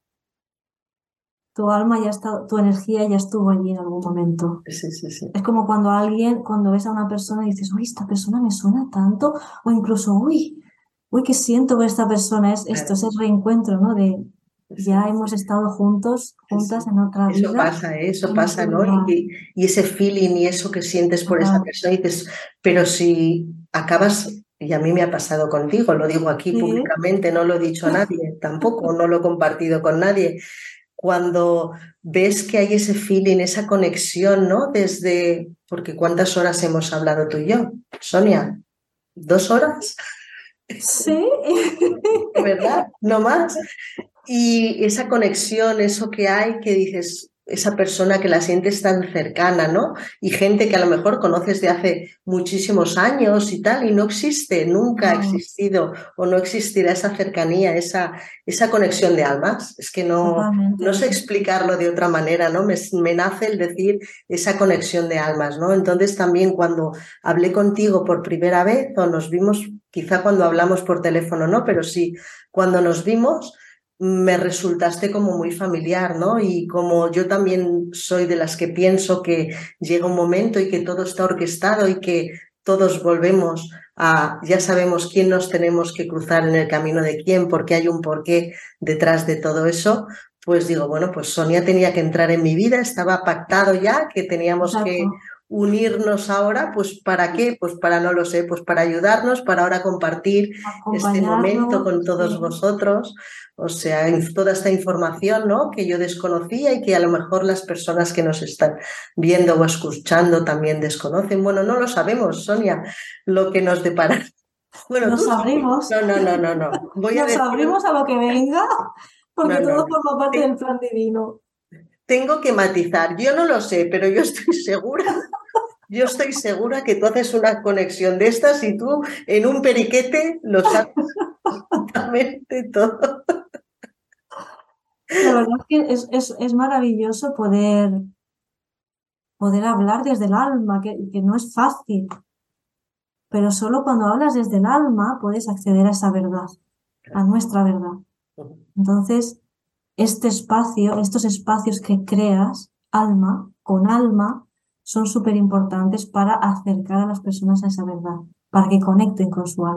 Tu alma ya está, tu energía ya estuvo allí en algún momento. Sí, sí, sí. Es como cuando alguien, cuando ves a una persona y dices, uy, esta persona me suena tanto, o incluso, uy, uy, ¿qué siento por esta persona? Es esto, es el reencuentro, ¿no? De ya sí, hemos estado juntos, juntas sí, en otra eso vida. Pasa, ¿eh? Eso pasa, ¿no? Y, y ese feeling y eso que sientes por Ajá. esa persona, y dices, pero si acabas, y a mí me ha pasado contigo, lo digo aquí sí, públicamente, no lo he dicho a nadie, tampoco, no lo he compartido con nadie. Cuando ves que hay ese feeling, esa conexión, ¿no? Desde, porque ¿cuántas horas hemos hablado tú y yo, Sonia? ¿Dos horas? Sí. ¿Verdad? No más. Y esa conexión, eso que hay, que dices, esa persona que la sientes tan cercana, ¿no? Y gente que a lo mejor conoces de hace muchísimos años y tal, y no existe, nunca ha existido o no existirá esa cercanía, esa, esa conexión de almas. Es que no, no sé explicarlo de otra manera, ¿no? Me, me nace el decir esa conexión de almas, ¿no? Entonces también cuando hablé contigo por primera vez o nos vimos, quizá cuando hablamos por teléfono, ¿no? Pero sí, cuando nos vimos, me resultaste como muy familiar, ¿no? Y como yo también soy de las que pienso que llega un momento y que todo está orquestado y que todos volvemos a, ya sabemos quién nos tenemos que cruzar en el camino de quién, porque hay un porqué detrás de todo eso, pues digo, bueno, pues Sonia tenía que entrar en mi vida, estaba pactado ya que teníamos Exacto. que unirnos ahora, pues ¿para qué? Pues para, no lo sé, pues para ayudarnos, para ahora compartir este momento con todos sí. vosotros. O sea, toda esta información, ¿no? Que yo desconocía y que a lo mejor las personas que nos están viendo o escuchando también desconocen. Bueno, no lo sabemos, Sonia, lo que nos depara. Bueno, nos tú abrimos. No, no, no, no, no. Voy nos a decir... abrimos a lo que venga, porque no, no. todo forma parte Tengo, del plan divino. Tengo que matizar. Yo no lo sé, pero yo estoy segura. Yo estoy segura que tú haces una conexión de estas y tú en un periquete lo sabes absolutamente todo. La verdad es que es, es, es maravilloso poder, poder hablar desde el alma, que, que no es fácil. Pero solo cuando hablas desde el alma puedes acceder a esa verdad, a nuestra verdad. Entonces, este espacio, estos espacios que creas, alma, con alma, son súper importantes para acercar a las personas a esa verdad, para que conecten con su alma.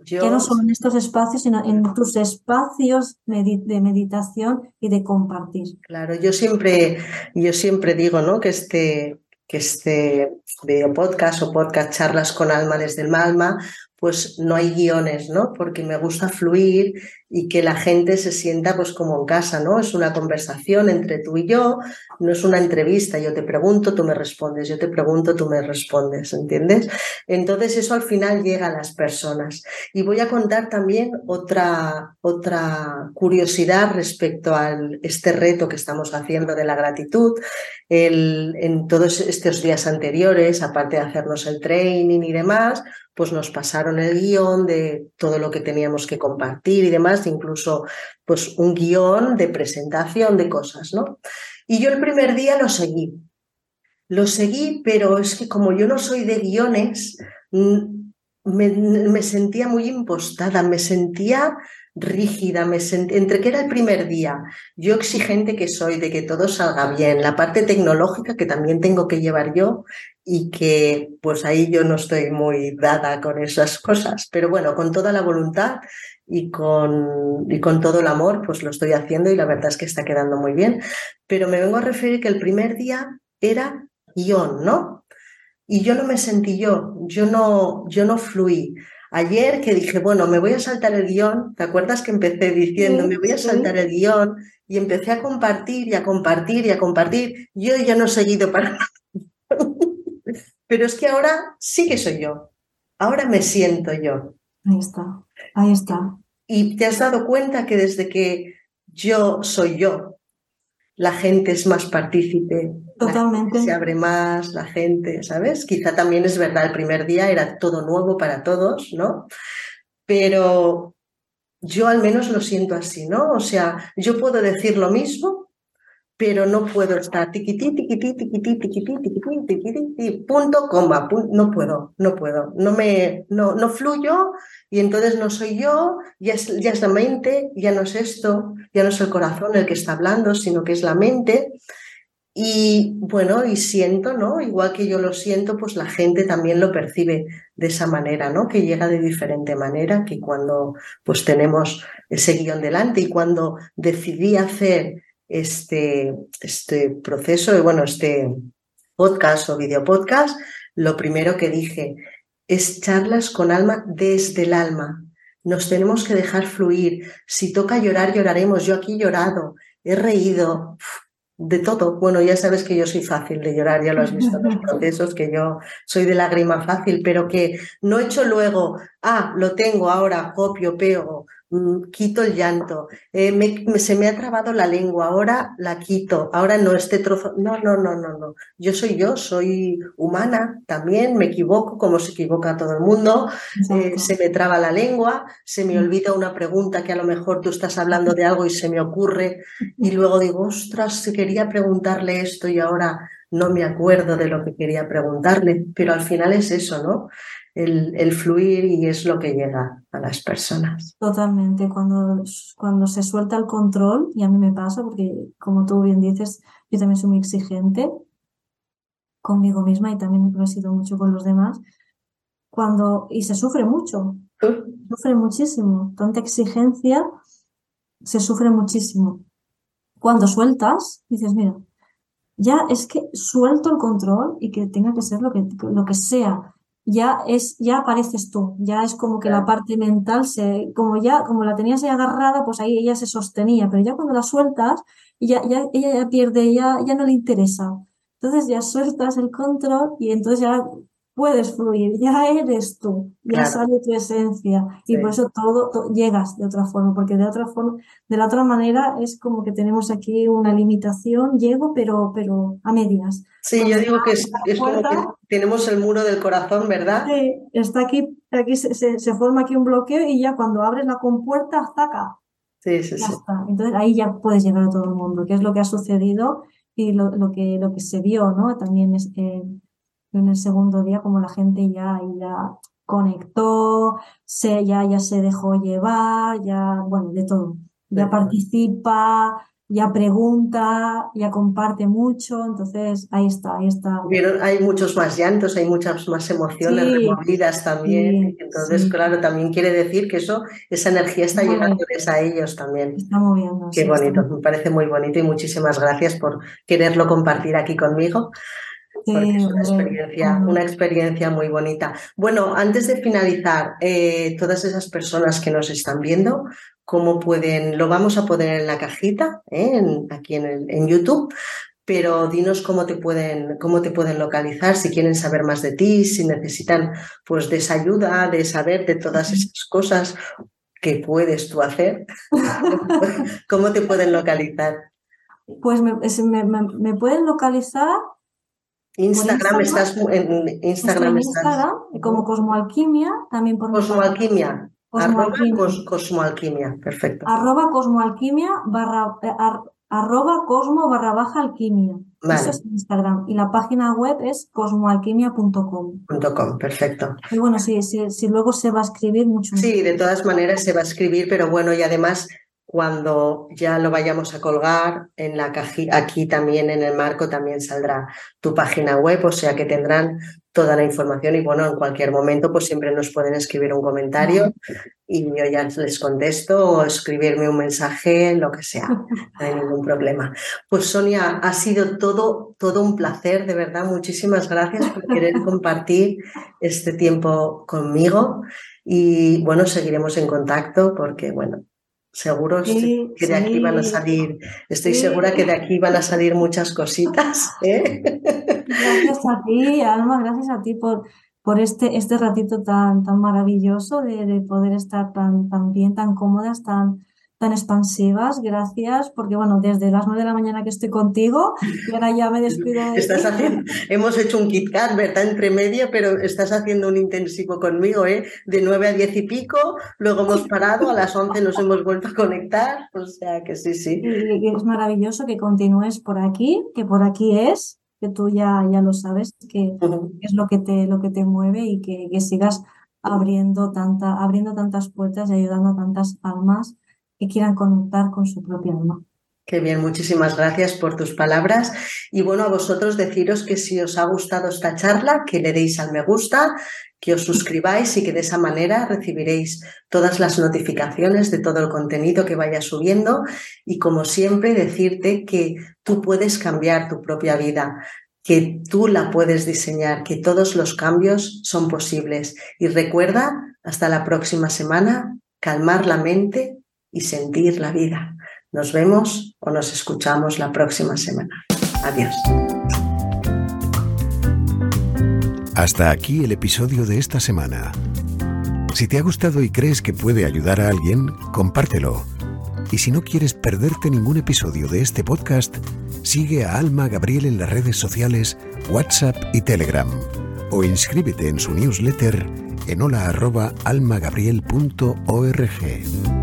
Ya no Yo, solo en estos espacios, sino en tus espacios medi- de meditación y de compartir. claro, yo siempre, yo siempre digo, ¿no? Que este, que este video podcast o podcast charlas con alma desde el alma, pues no hay guiones, ¿no? Porque me gusta fluir y que la gente se sienta pues como en casa, ¿no? Es una conversación entre tú y yo, no es una entrevista, yo te pregunto, tú me respondes, yo te pregunto, tú me respondes, ¿entiendes? Entonces eso al final llega a las personas. Y voy a contar también otra, otra curiosidad respecto a este reto que estamos haciendo de la gratitud. El, en todos estos días anteriores, aparte de hacernos el training y demás, pues nos pasaron el guión de todo lo que teníamos que compartir y demás, incluso pues un guión de presentación de cosas, ¿no? Y yo el primer día lo seguí. Lo seguí, pero es que como yo no soy de guiones, me, me sentía muy impostada, me sentía rígida, me sent... entre que era el primer día, yo exigente que soy de que todo salga bien, la parte tecnológica que también tengo que llevar yo y que pues ahí yo no estoy muy dada con esas cosas, pero bueno, con toda la voluntad y con, y con todo el amor pues lo estoy haciendo y la verdad es que está quedando muy bien, pero me vengo a referir que el primer día era guión, ¿no? Y yo no me sentí yo, yo no, yo no fluí. Ayer que dije, bueno, me voy a saltar el guión, ¿te acuerdas que empecé diciendo, me Sí, voy a saltar sí. el guión? Y empecé a compartir y a compartir y a compartir. Yo ya no he seguido para nada. Pero es que ahora sí que soy yo. Ahora me siento yo. Ahí está, ahí está. Y te has dado cuenta que desde que yo soy yo, la gente es más partícipe, la gente Totalmente. se abre más, la gente, ¿sabes? Quizá también es verdad, el primer día era todo nuevo para todos, ¿no? Pero yo al menos lo siento así, ¿no? O sea, yo puedo decir lo mismo, pero no puedo estar tiquití, tiquití, tiquití, tiquití, tiquití, tiquití, punto, coma, punto, no puedo, no puedo, no me, no, no fluyo y entonces no soy yo, ya es, ya es la mente, ya no es esto, ya no es el corazón el que está hablando, sino que es la mente. Y bueno, y siento, ¿no? Igual que yo lo siento, pues la gente también lo percibe de esa manera, ¿no? Que llega de diferente manera que cuando pues tenemos ese guión delante y cuando decidí hacer este, este proceso, y bueno, este podcast o video podcast, lo primero que dije es charlas con alma desde el alma. Nos tenemos que dejar fluir. Si toca llorar, lloraremos. Yo aquí he llorado, he reído, de todo. Bueno, ya sabes que yo soy fácil de llorar, ya lo has visto en los procesos, que yo soy de lágrima fácil, pero que no he hecho luego, ah, lo tengo ahora, copio, pego, mmm, quito el llanto, eh, me, me, se me ha trabado la lengua, ahora la quito, ahora no, este trozo, no, no, no, no, no. Yo soy yo, soy humana también, me equivoco como se equivoca todo el mundo, eh, se me traba la lengua, se me olvida una pregunta que a lo mejor tú estás hablando de algo y se me ocurre y luego digo, ostras, si quería preguntarle esto y ahora no me acuerdo de lo que quería preguntarle, pero al final es eso, ¿no? El, el fluir y es lo que llega a las personas. Totalmente, cuando, cuando se suelta el control, y a mí me pasa, porque como tú bien dices, yo también soy muy exigente conmigo misma y también lo he sido mucho con los demás, cuando, y se sufre mucho, se sufre muchísimo, tanta exigencia, se sufre muchísimo. Cuando sueltas, dices, mira, ya es que suelto el control y que tenga que ser lo que, lo que sea. Ya es, ya apareces tú, ya es como que la parte mental se, como ya, como la tenías ahí agarrada, pues ahí ella se sostenía, pero ya cuando la sueltas, ya, ya, ella ya pierde, ya, ya no le interesa. Entonces ya sueltas el control y entonces ya puedes fluir, ya eres tú, ya Claro. sale tu esencia y Sí. por eso todo, todo llegas de otra forma, porque de otra forma, de la otra manera es como que tenemos aquí una limitación, llego, pero, pero a medias. Sí, Cuando yo digo que es, la es como que puerta, tenemos el muro del corazón, ¿verdad? sí, está aquí, aquí se, se, se forma aquí un bloqueo y ya cuando abres la compuerta, ¡zaca! Sí, sí, Ya sí. está. Entonces ahí ya puedes llegar a todo el mundo, que es lo que ha sucedido y lo, lo que, lo que se vio, ¿no? También es eh, en el segundo día, como la gente ya, ya conectó, se, ya, ya se dejó llevar, ya, bueno, de todo. Ya De todo. participa, ya pregunta, ya comparte mucho, entonces ahí está, ahí está. Pero hay muchos más llantos, hay muchas más emociones Sí, removidas también. sí, Entonces, sí. claro, también quiere decir que eso, esa energía está Mueve, llegándoles a ellos también. está moviendo, Qué sí, está bonito, moviendo. me parece muy bonito y muchísimas gracias por quererlo compartir aquí conmigo, porque Sí, es una hombre, experiencia, hombre. una experiencia muy bonita. Bueno, antes de finalizar, eh, todas esas personas que nos están viendo, ¿cómo pueden? Lo vamos a poner en la cajita, ¿eh? en, aquí en, el, en YouTube. Pero dinos cómo te pueden, cómo te pueden localizar, si quieren saber más de ti, si necesitan pues de esa ayuda, de saber de todas esas cosas que puedes tú hacer. ¿Cómo te pueden localizar? Pues me, es- me, me- me pueden localizar por Instagram, Instagram. estás en Estoy Instagram, en estás. Instagram como Cosmoalquimia, también por mi página Cosmoalquimia, arroba Cosmoalquimia. cos- Cosmoalquimia, perfecto. Arroba Cosmoalquimia barra, eh, ar- arroba Cosmo barra baja alquimia. Eso Vale, es Instagram. Y la página web es cosmoalquimia punto com. punto com, perfecto. Y bueno, si, si, si luego se va a escribir, mucho mejor. Sí, de todas maneras se va a escribir, pero bueno, y además cuando ya lo vayamos a colgar en la cajita, aquí también en el marco también saldrá tu página web, o sea que tendrán toda la información y bueno, en cualquier momento pues siempre nos pueden escribir un comentario y yo ya les contesto o escribirme un mensaje, lo que sea, no hay ningún problema. Pues Sonia, ha sido todo, todo un placer, de verdad, muchísimas gracias por querer compartir este tiempo conmigo. Y bueno, seguiremos en contacto porque, bueno, seguro estoy Sí, que de aquí van a sí, salir, estoy sí. segura que de aquí van a salir muchas cositas, ¿eh? Gracias a ti, Alma, gracias a ti por, por este, este ratito tan, tan maravilloso de, de poder estar tan, tan bien, tan cómodas, tan, tan expansivas. Gracias, porque bueno, desde las nueve de la mañana que estoy contigo y ahora ya me despido de Estás ti. haciendo, hemos hecho un Kit Kat, ¿verdad? Entre media, pero estás haciendo un intensivo conmigo, ¿eh? De nueve a diez y pico, luego hemos parado, a las once nos hemos vuelto a conectar, o sea que sí, sí. Y, y es maravilloso que continúes por aquí, que por aquí es, que tú ya, ya lo sabes, que Uh-huh. es lo que te, lo que te mueve y que, que sigas abriendo tanta, abriendo tantas puertas y ayudando a tantas almas que quieran conectar con su propia alma. Qué bien, muchísimas gracias por tus palabras. Y bueno, a vosotros deciros que si os ha gustado esta charla, que le deis al me gusta, que os suscribáis y que de esa manera recibiréis todas las notificaciones de todo el contenido que vaya subiendo. Y como siempre, decirte que tú puedes cambiar tu propia vida, que tú la puedes diseñar, que todos los cambios son posibles. Y recuerda, hasta la próxima semana, calmar la mente y sentir la vida. Nos vemos o nos escuchamos la próxima semana. Adiós. Hasta aquí el episodio de esta semana. Si te ha gustado y crees que puede ayudar a alguien, compártelo. Y si no quieres perderte ningún episodio de este podcast, sigue a Alma Gabriel en las redes sociales, WhatsApp y Telegram. O inscríbete en su newsletter en hola arroba almagabriel punto org.